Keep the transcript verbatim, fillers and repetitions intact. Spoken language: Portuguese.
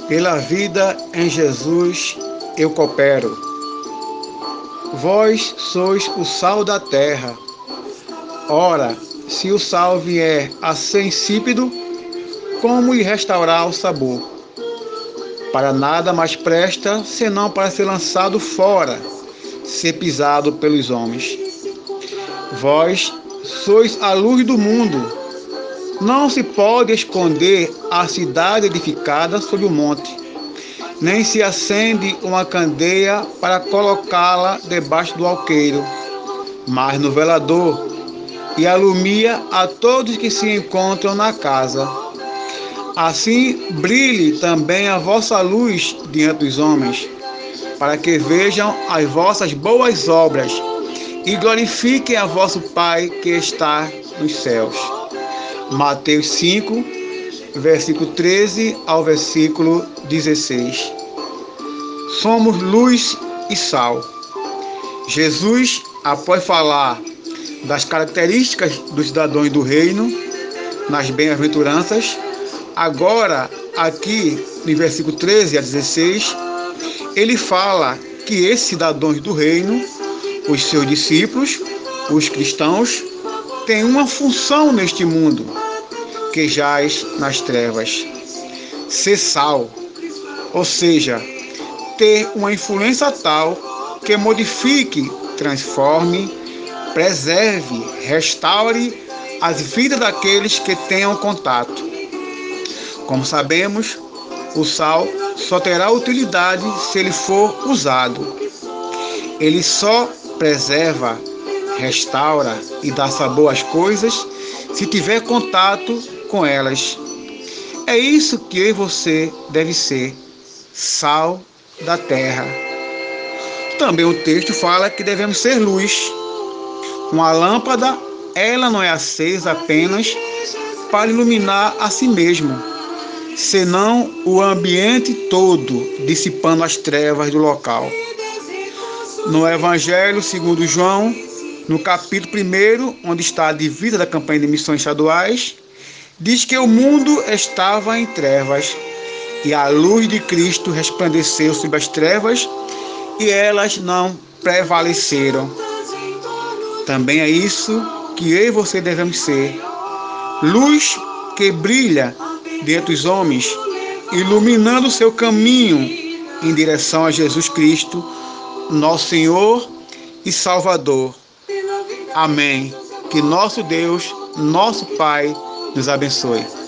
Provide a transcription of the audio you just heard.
Pela vida em Jesus eu coopero. Vós sois o sal da terra. Ora, se o sal vier a ser insípido, como lhe restaurar o sabor? Para nada mais presta, senão para ser lançado fora, ser pisado pelos homens. Vós sois a luz do mundo. Não se pode esconder a cidade edificada sobre o monte, nem se acende uma candeia para colocá-la debaixo do alqueiro, mas no velador, e alumia a todos que se encontram na casa. Assim brilhe também a vossa luz diante dos homens, para que vejam as vossas boas obras e glorifiquem a vosso Pai que está nos céus. Mateus cinco, versículo treze ao versículo dezesseis. Somos luz e sal. Jesus, após falar das características dos cidadãos do reino, nas bem-aventuranças, agora, aqui no versículo treze a dezesseis, ele fala que esses cidadãos do reino, os seus discípulos, os cristãos, têm uma função neste mundo que jaz nas trevas: ser sal, ou seja, ter uma influência tal que modifique, transforme, preserve, restaure as vidas daqueles que tenham contato. Como sabemos, o sal só terá utilidade se ele for usado. Ele só preserva, restaura e dá sabor às coisas se tiver contato com elas. É isso que eu e você deve ser: sal da terra. Também o texto fala que devemos ser luz. Uma lâmpada, ela não é acesa apenas para iluminar a si mesma, senão o ambiente todo, dissipando as trevas do local. No Evangelho segundo João, no capítulo primeiro, onde está a divisa da campanha de missões estaduais, diz que o mundo estava em trevas e a luz de Cristo resplandeceu sobre as trevas e elas não prevaleceram. Também é isso que eu e você devemos ser: luz que brilha dentre os homens, iluminando o seu caminho em direção a Jesus Cristo, nosso Senhor e Salvador. Amém. Que nosso Deus, nosso Pai, nos abençoe.